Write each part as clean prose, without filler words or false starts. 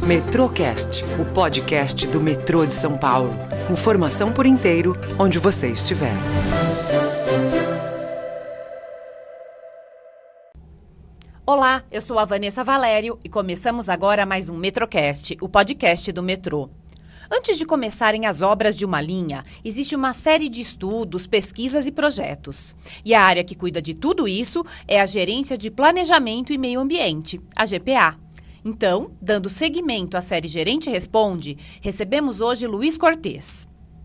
Metrocast, o podcast do metrô de São Paulo. Informação por inteiro, onde você estiver. Olá, eu sou a Vanessa Valério e começamos agora mais um Metrocast, o podcast do metrô. Antes de começarem as obras de uma linha, existe uma série de estudos, pesquisas e projetos. E a área que cuida de tudo isso é a Gerência de Planejamento e Meio Ambiente, a GPA. Então, dando seguimento à série Gerente Responde, recebemos hoje Luiz Cortez.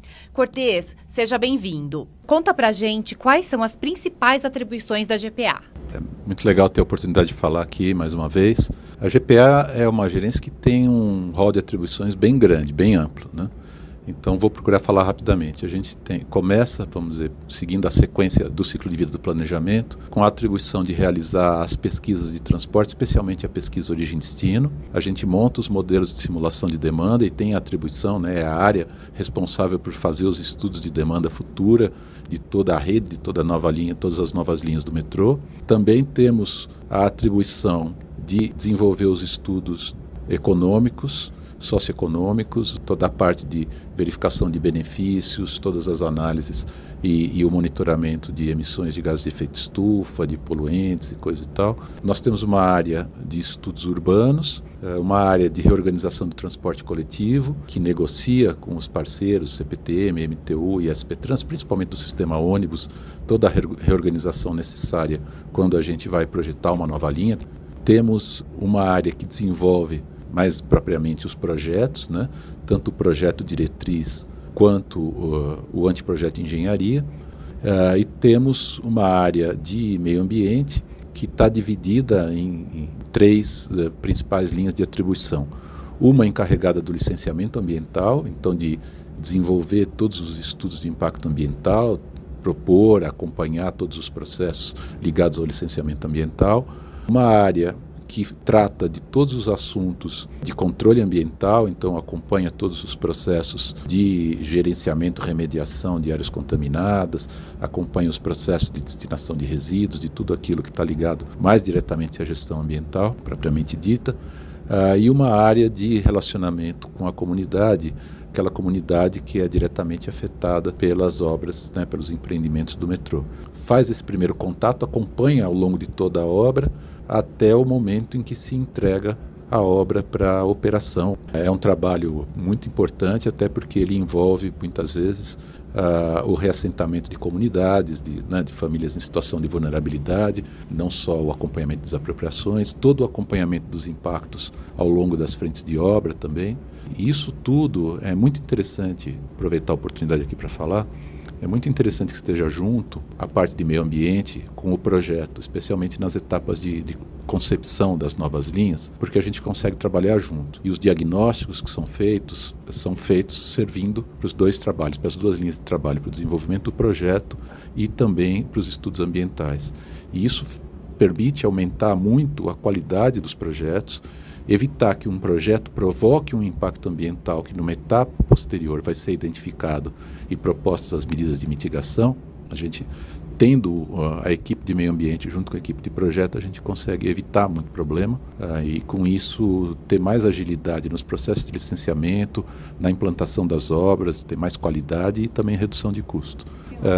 Cortez, seja bem-vindo. Conta pra gente quais são as principais atribuições da GPA. É muito legal ter a oportunidade de falar aqui mais uma vez. A GPA é uma gerência que tem um rol de atribuições bem grande, bem amplo, né? Então vou procurar falar rapidamente. A gente começa, vamos dizer, seguindo a sequência do ciclo de vida do planejamento, com a atribuição de realizar as pesquisas de transporte, especialmente a pesquisa origem-destino. A gente monta os modelos de simulação de demanda e tem a atribuição, né, é a área responsável por fazer os estudos de demanda futura de toda a rede, de toda a nova linha, todas as novas linhas do metrô. Também temos a atribuição de desenvolver os estudos econômicos, socioeconômicos, toda a parte de verificação de benefícios, todas as análises e o monitoramento de emissões de gases de efeito estufa, de poluentes e coisa e tal. Nós temos uma área de estudos urbanos, uma área de reorganização do transporte coletivo, que negocia com os parceiros CPTM, MTU e SPTrans, principalmente do sistema ônibus, toda a reorganização necessária quando a gente vai projetar uma nova linha. Temos uma área que desenvolve mais propriamente os projetos, né? Tanto o projeto diretriz quanto o anteprojeto de engenharia. E temos uma área de meio ambiente que está dividida em três principais linhas de atribuição. Uma encarregada do licenciamento ambiental, então de desenvolver todos os estudos de impacto ambiental, propor, acompanhar todos os processos ligados ao licenciamento ambiental. Uma área que trata de todos os assuntos de controle ambiental, então acompanha todos os processos de gerenciamento e remediação de áreas contaminadas, acompanha os processos de destinação de resíduos, de tudo aquilo que está ligado mais diretamente à gestão ambiental, propriamente dita, e uma área de relacionamento com a comunidade, aquela comunidade que é diretamente afetada pelas obras, né, pelos empreendimentos do metrô. Faz esse primeiro contato, acompanha ao longo de toda a obra, até o momento em que se entrega a obra para a operação. É um trabalho muito importante, até porque ele envolve, muitas vezes, o reassentamento de comunidades, de famílias em situação de vulnerabilidade, não só o acompanhamento das apropriações, todo o acompanhamento dos impactos ao longo das frentes de obra também. E isso tudo é muito interessante, aproveitar a oportunidade aqui para falar. É muito interessante que esteja junto a parte de meio ambiente com o projeto, especialmente nas etapas de concepção das novas linhas, porque a gente consegue trabalhar junto. E os diagnósticos que são feitos servindo para os dois trabalhos, para as duas linhas de trabalho, para o desenvolvimento do projeto e também para os estudos ambientais. E isso permite aumentar muito a qualidade dos projetos, evitar que um projeto provoque um impacto ambiental que numa etapa posterior vai ser identificado e propostas as medidas de mitigação. A gente, tendo a equipe de meio ambiente junto com a equipe de projeto, a gente consegue evitar muito problema e com isso ter mais agilidade nos processos de licenciamento, na implantação das obras, ter mais qualidade e também redução de custo.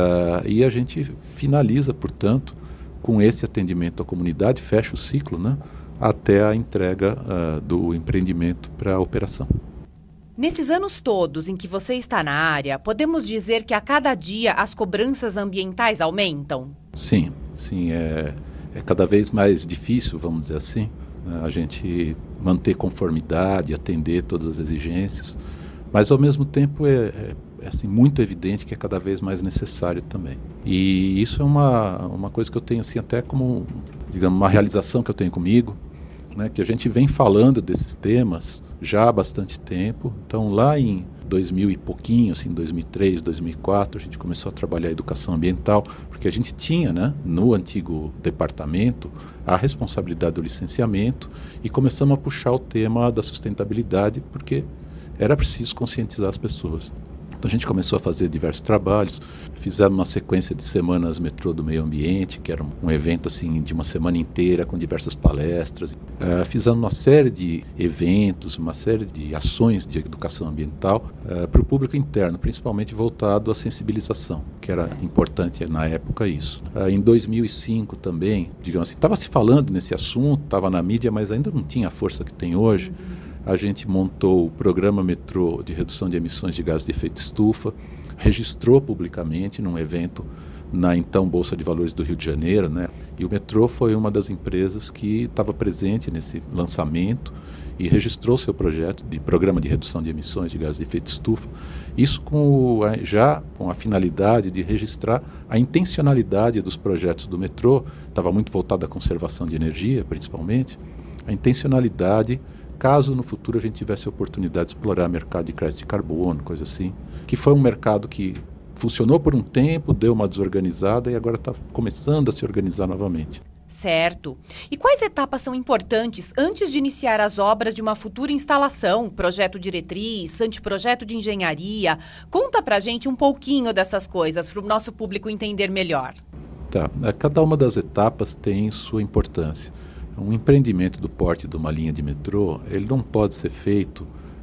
E a gente finaliza, portanto, com esse atendimento à comunidade, fecha o ciclo, né, até a entrega do empreendimento para a operação. Nesses anos todos em que você está na área, podemos dizer que a cada dia as cobranças ambientais aumentam? Sim, é cada vez mais difícil, vamos dizer assim, né, a gente manter conformidade, atender todas as exigências, mas ao mesmo tempo é assim, muito evidente que é cada vez mais necessário também. E isso é uma coisa que eu tenho assim, até como, digamos, uma realização que eu tenho comigo, né, que a gente vem falando desses temas já há bastante tempo. Então lá em 2000 e pouquinho, assim, 2003, 2004, a gente começou a trabalhar a educação ambiental, porque a gente tinha, né, no antigo departamento a responsabilidade do licenciamento e começamos a puxar o tema da sustentabilidade, porque era preciso conscientizar as pessoas. Então a gente começou a fazer diversos trabalhos, fizemos uma sequência de semanas metrô do meio ambiente, que era um evento assim de uma semana inteira com diversas palestras. Fizemos uma série de eventos, uma série de ações de educação ambiental para o público interno, principalmente voltado à sensibilização, que era importante na época isso. Em 2005 também, digamos assim, estava se falando nesse assunto, estava na mídia, mas ainda não tinha a força que tem hoje. A gente montou o Programa Metrô de Redução de Emissões de Gases de Efeito Estufa, registrou publicamente num evento na então Bolsa de Valores do Rio de Janeiro, né? E o metrô foi uma das empresas que estava presente nesse lançamento e registrou seu projeto de Programa de Redução de Emissões de Gases de Efeito Estufa. Isso já com a finalidade de registrar a intencionalidade dos projetos do metrô, estava muito voltado à conservação de energia, principalmente, a intencionalidade caso no futuro a gente tivesse a oportunidade de explorar mercado de crédito de carbono, coisa assim, que foi um mercado que funcionou por um tempo, deu uma desorganizada e agora está começando a se organizar novamente. Certo. E quais etapas são importantes antes de iniciar as obras de uma futura instalação, projeto diretriz, anteprojeto de engenharia? Conta pra gente um pouquinho dessas coisas para o nosso público entender melhor. Tá. Cada uma das etapas tem sua importância. Um empreendimento do porte de uma linha de metrô, ele não pode ser feito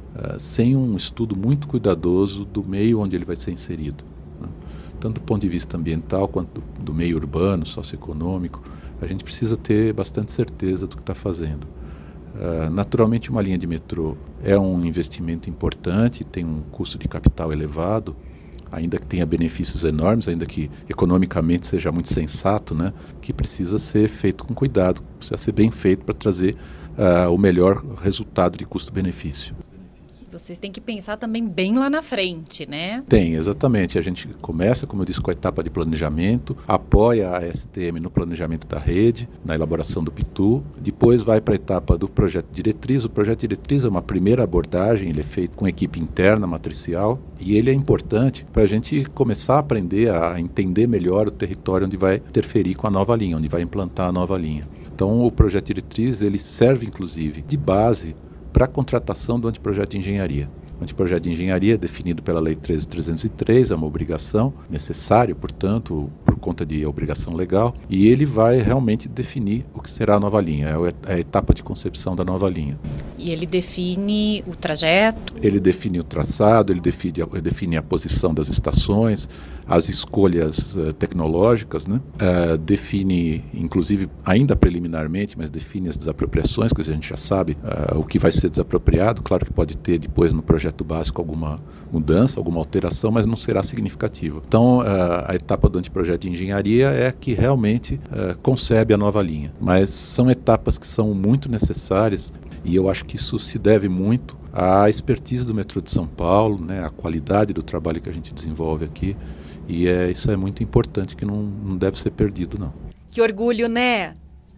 sem um estudo muito cuidadoso do meio onde ele vai ser inserido, né? Tanto do ponto de vista ambiental quanto do meio urbano, socioeconômico, a gente precisa ter bastante certeza do que está fazendo. Naturalmente, uma linha de metrô é um investimento importante, tem um custo de capital elevado, ainda que tenha benefícios enormes, ainda que economicamente seja muito sensato, né, que precisa ser feito com cuidado, precisa ser bem feito para trazer o melhor resultado de custo-benefício. Vocês têm que pensar também bem lá na frente, né? Tem, exatamente. A gente começa, como eu disse, com a etapa de planejamento, apoia a STM no planejamento da rede, na elaboração do PITU, depois vai para a etapa do projeto diretriz. O projeto diretriz é uma primeira abordagem, ele é feito com equipe interna, matricial, e ele é importante para a gente começar a aprender a entender melhor o território onde vai interferir com a nova linha, onde vai implantar a nova linha. Então, o projeto diretriz, ele serve, inclusive, de base para a contratação do anteprojeto de engenharia. O anteprojeto de engenharia é definido pela Lei 13.303, é uma obrigação necessária, portanto, por conta de obrigação legal, e ele vai realmente definir o que será a nova linha, é a etapa de concepção da nova linha. E ele define o trajeto? Ele define o traçado, ele define a posição das estações, as escolhas tecnológicas, né? Define, inclusive, ainda preliminarmente, mas define as desapropriações, que a gente já sabe o que vai ser desapropriado. Claro que pode ter depois no projeto básico alguma mudança, alguma alteração, mas não será significativa. Então, a etapa do anteprojeto de engenharia é que realmente concebe a nova linha. Mas são etapas que são muito necessárias e eu acho que isso se deve muito à expertise do metrô de São Paulo, né, à qualidade do trabalho que a gente desenvolve aqui. E isso é muito importante, que não deve ser perdido, não. Que orgulho, né?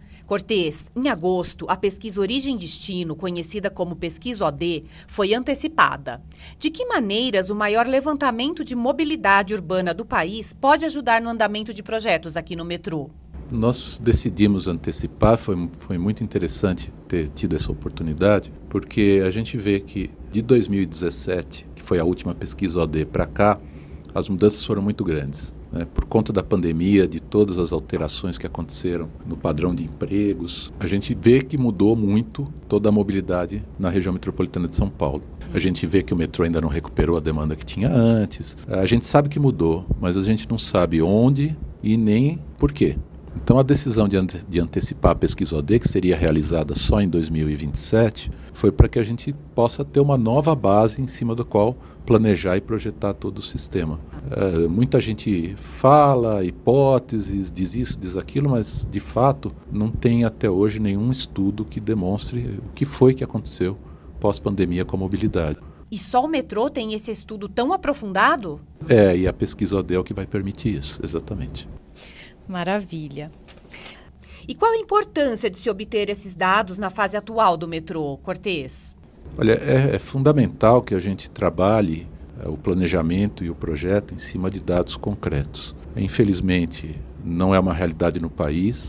Cortês, em agosto, a pesquisa Origem e Destino, conhecida como Pesquisa OD, foi antecipada. De que maneiras o maior levantamento de mobilidade urbana do país pode ajudar no andamento de projetos aqui no metrô? Nós decidimos antecipar, foi muito interessante ter tido essa oportunidade, porque a gente vê que de 2017, que foi a última pesquisa OD, para cá, as mudanças foram muito grandes, né? Por conta da pandemia, de todas as alterações que aconteceram no padrão de empregos, a gente vê que mudou muito toda a mobilidade na região metropolitana de São Paulo. A gente vê que o metrô ainda não recuperou a demanda que tinha antes. A gente sabe que mudou, mas a gente não sabe onde e nem por quê. Então, a decisão de antecipar a pesquisa OD, que seria realizada só em 2027, foi para que a gente possa ter uma nova base em cima da qual planejar e projetar todo o sistema. Muita gente fala hipóteses, diz isso, diz aquilo, mas, de fato, não tem até hoje nenhum estudo que demonstre o que foi que aconteceu pós-pandemia com a mobilidade. E só o metrô tem esse estudo tão aprofundado? E a pesquisa OD é o que vai permitir isso, exatamente. Maravilha. E qual a importância de se obter esses dados na fase atual do metrô, Cortês? Olha, é fundamental que a gente trabalhe o planejamento e o projeto em cima de dados concretos. Infelizmente, não é uma realidade no país.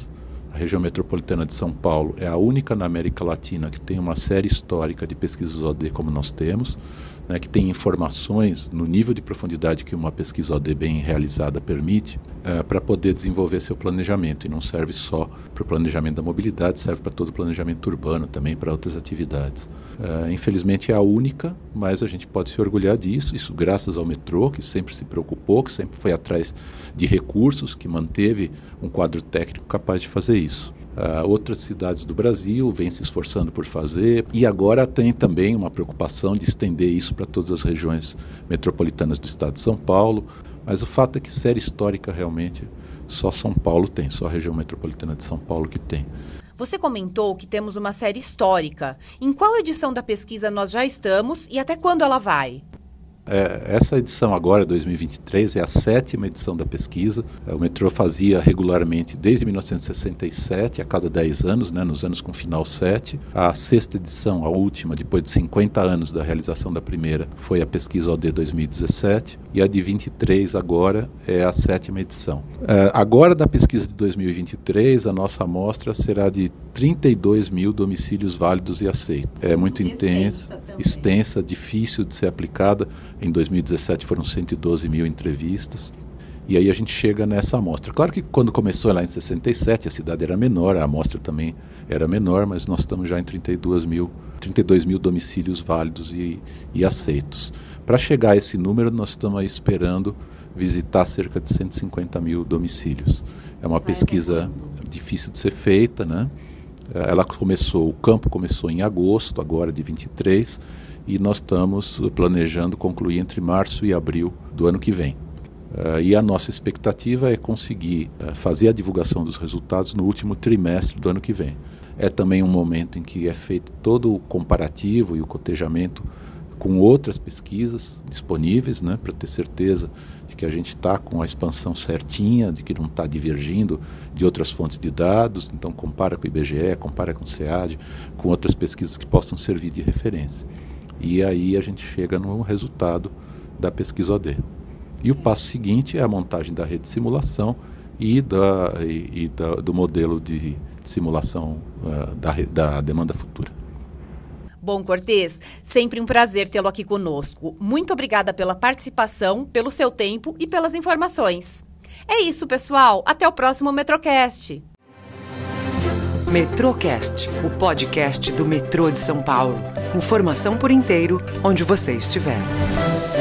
A região metropolitana de São Paulo é a única na América Latina que tem uma série histórica de pesquisas OD como nós temos, né, que tem informações no nível de profundidade que uma pesquisa OD bem realizada permite, para poder desenvolver seu planejamento. E não serve só para o planejamento da mobilidade, serve para todo o planejamento urbano, também para outras atividades. Infelizmente é a única, mas a gente pode se orgulhar disso, isso graças ao metrô, que sempre se preocupou, que sempre foi atrás de recursos, que manteve um quadro técnico capaz de fazer isso. Outras cidades do Brasil vêm se esforçando por fazer e agora tem também uma preocupação de estender isso para todas as regiões metropolitanas do estado de São Paulo, mas o fato é que série histórica realmente só São Paulo tem, só a região metropolitana de São Paulo que tem. Você comentou que temos uma série histórica. Em qual edição da pesquisa nós já estamos e até quando ela vai? Essa edição agora, 2023, é a 7ª edição da pesquisa. O metrô fazia regularmente desde 1967, a cada 10 anos, né, nos anos com final 7. A 6ª edição, a última, depois de 50 anos da realização da primeira, foi a pesquisa OD 2017. E a de 23 agora é a 7ª edição. Agora, da pesquisa de 2023, a nossa amostra será de 32 mil domicílios válidos e aceitos. É muito intensa, extensa, difícil de ser aplicada. Em 2017 foram 112 mil entrevistas. E aí a gente chega nessa amostra. Claro que quando começou lá em 67 a cidade era menor, a amostra também era menor, mas nós estamos já em 32 mil domicílios válidos e aceitos. Para chegar a esse número, nós estamos aí esperando visitar cerca de 150 mil domicílios. É uma pesquisa difícil de ser feita, né? O campo começou em agosto, agora de 23, e nós estamos planejando concluir entre março e abril do ano que vem. E a nossa expectativa é conseguir fazer a divulgação dos resultados no último trimestre do ano que vem. É também um momento em que é feito todo o comparativo e o cotejamento com outras pesquisas disponíveis, né, para ter certeza de que a gente está com a expansão certinha, de que não está divergindo de outras fontes de dados. Então compara com o IBGE, compara com o SEAD, com outras pesquisas que possam servir de referência. E aí a gente chega no resultado da pesquisa OD. E o passo seguinte é a montagem da rede de simulação e do modelo de simulação da demanda futura. Bom, Cortez, sempre um prazer tê-lo aqui conosco. Muito obrigada pela participação, pelo seu tempo e pelas informações. É isso, pessoal. Até o próximo Metrocast. Metrocast, o podcast do metrô de São Paulo. Informação por inteiro, onde você estiver.